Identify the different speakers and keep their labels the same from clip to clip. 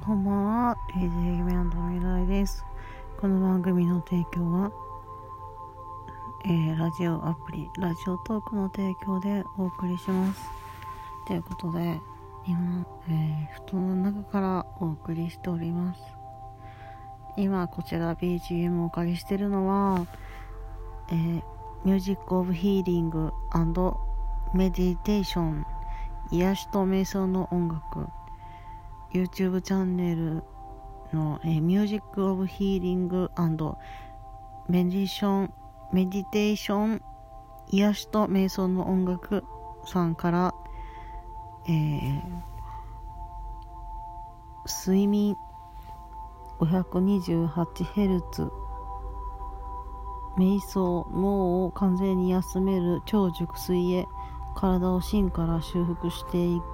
Speaker 1: こんばんは、DJ 夢未来です。この番組の提供は、ラジオアプリラジオトークの提供でお送りします。ということで、今、布団の中からお送りしております。今こちら BGM をお借りしているのは、ミュージックオブヒーリング&メディテーション、癒しと瞑想の音楽、YouTube チャンネルの、ミュージックオブヒーリング&メディテーション、癒しと瞑想の音楽さんから、睡眠 528Hz、 瞑想、脳を完全に休める超熟睡へ、体を芯から修復してい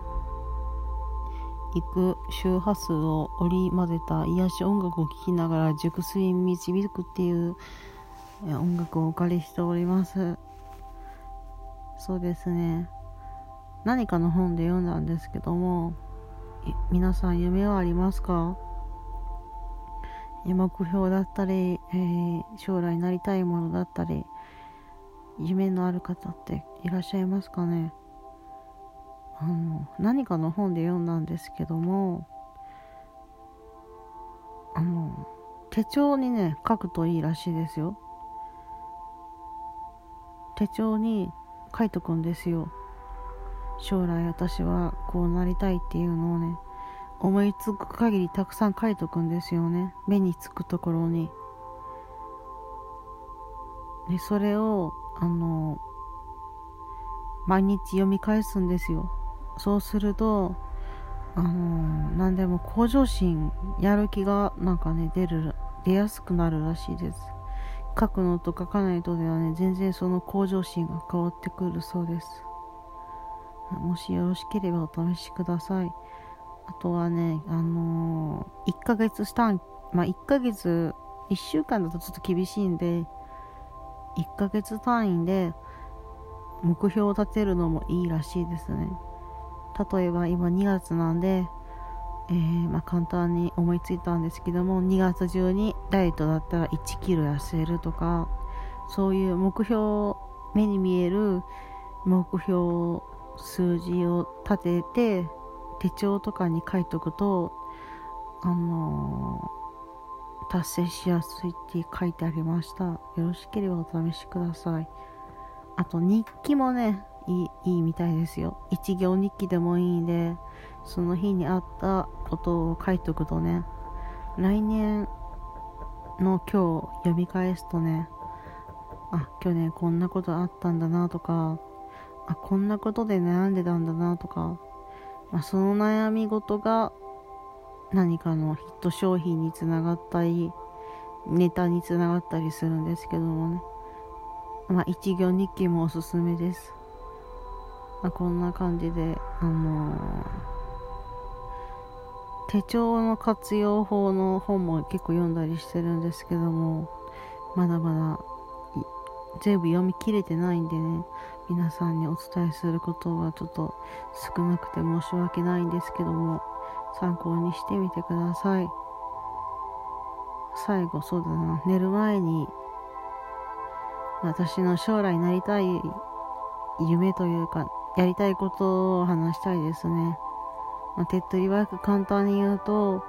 Speaker 1: く周波数を織り交ぜた癒し音楽を聴きながら熟睡に導くっていう音楽をお借りしております。そうですね、何かの本で読んだんですけども、皆さん夢はありますか？目標だったり、将来なりたいものだったり、夢のある方っていらっしゃいますかね？何かの本で読んだんですけども、手帳にね書くといいらしいですよ。手帳に書いとくんですよ。将来私はこうなりたいっていうのをね、思いつく限りたくさん書いとくんですよね。目につくところに。でそれを毎日読み返すんですよ。そうすると何でも向上心、やる気がなんかね出やすくなるらしいです。書くのと書かないとではね、全然その向上心が変わってくるそうです。もしよろしければお試しください。あとはね、1ヶ月単位、1ヶ月1週間だとちょっと厳しいんで、1ヶ月単位で目標を立てるのもいいらしいですね。例えば今2月なんで、簡単に思いついたんですけども、2月中にダイエットだったら1キロ痩せるとか、そういう目標、目に見える目標数字を立てて手帳とかに書いとくと、達成しやすいって書いてありました。よろしければお試しください。あと日記もね、いいみたいですよ。一行日記でもいいんで、その日にあったことを書いとくとね、来年の今日読み返すとね、去年こんなことあったんだなとか、こんなことで悩んでたんだなとか、その悩み事が何かのヒット商品につながったり、ネタにつながったりするんですけどもね、一行日記もおすすめです。こんな感じで、手帳の活用法の本も結構読んだりしてるんですけども、まだまだ全部読み切れてないんでね、皆さんにお伝えすることはちょっと少なくて申し訳ないんですけども、参考にしてみてください。最後、そうだな、寝る前に私の将来なりたい夢というか、やりたいことを話したいですね。手っ取り早く簡単に言うと、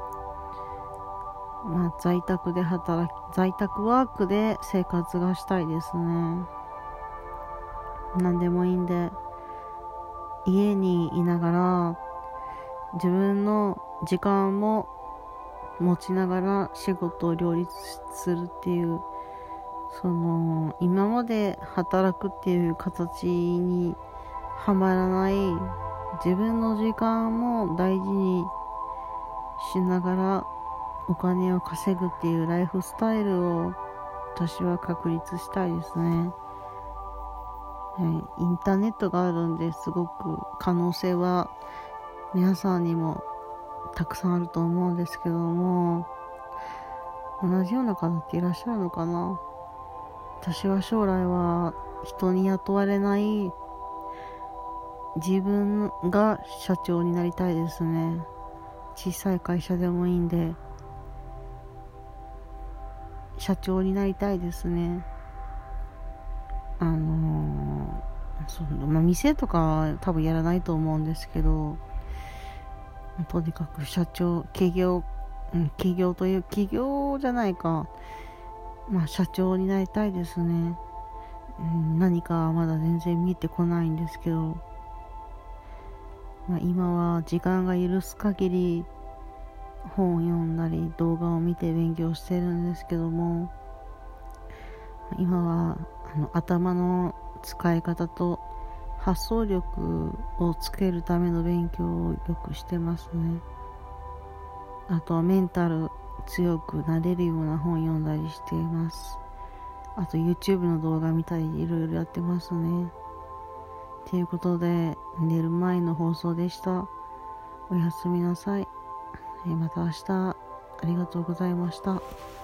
Speaker 1: 在宅ワークで生活がしたいですね。何でもいいんで、家にいながら自分の時間も持ちながら仕事を両立するっていう、今まで働くっていう形にはまらない、自分の時間も大事にしながらお金を稼ぐっていうライフスタイルを私は確立したいですね。インターネットがあるんで、すごく可能性は皆さんにもたくさんあると思うんですけども、同じような方っていらっしゃるのかな。私は将来は人に雇われない自分が社長になりたいですね。 小さい会社でもいいんで社長になりたいですね。店とかは多分やらないと思うんですけど、とにかく企業という企業じゃないか、社長になりたいですね。何かはまだ全然見えてこないんですけど、今は時間が許す限り本を読んだり動画を見て勉強してるんですけども、今は頭の使い方と発想力をつけるための勉強をよくしてますね。あとはメンタル強くなれるような本読んだりしています。あと YouTube の動画見たりいろいろやってますね。ということで寝る前の放送でした。おやすみなさい。また明日。ありがとうございました。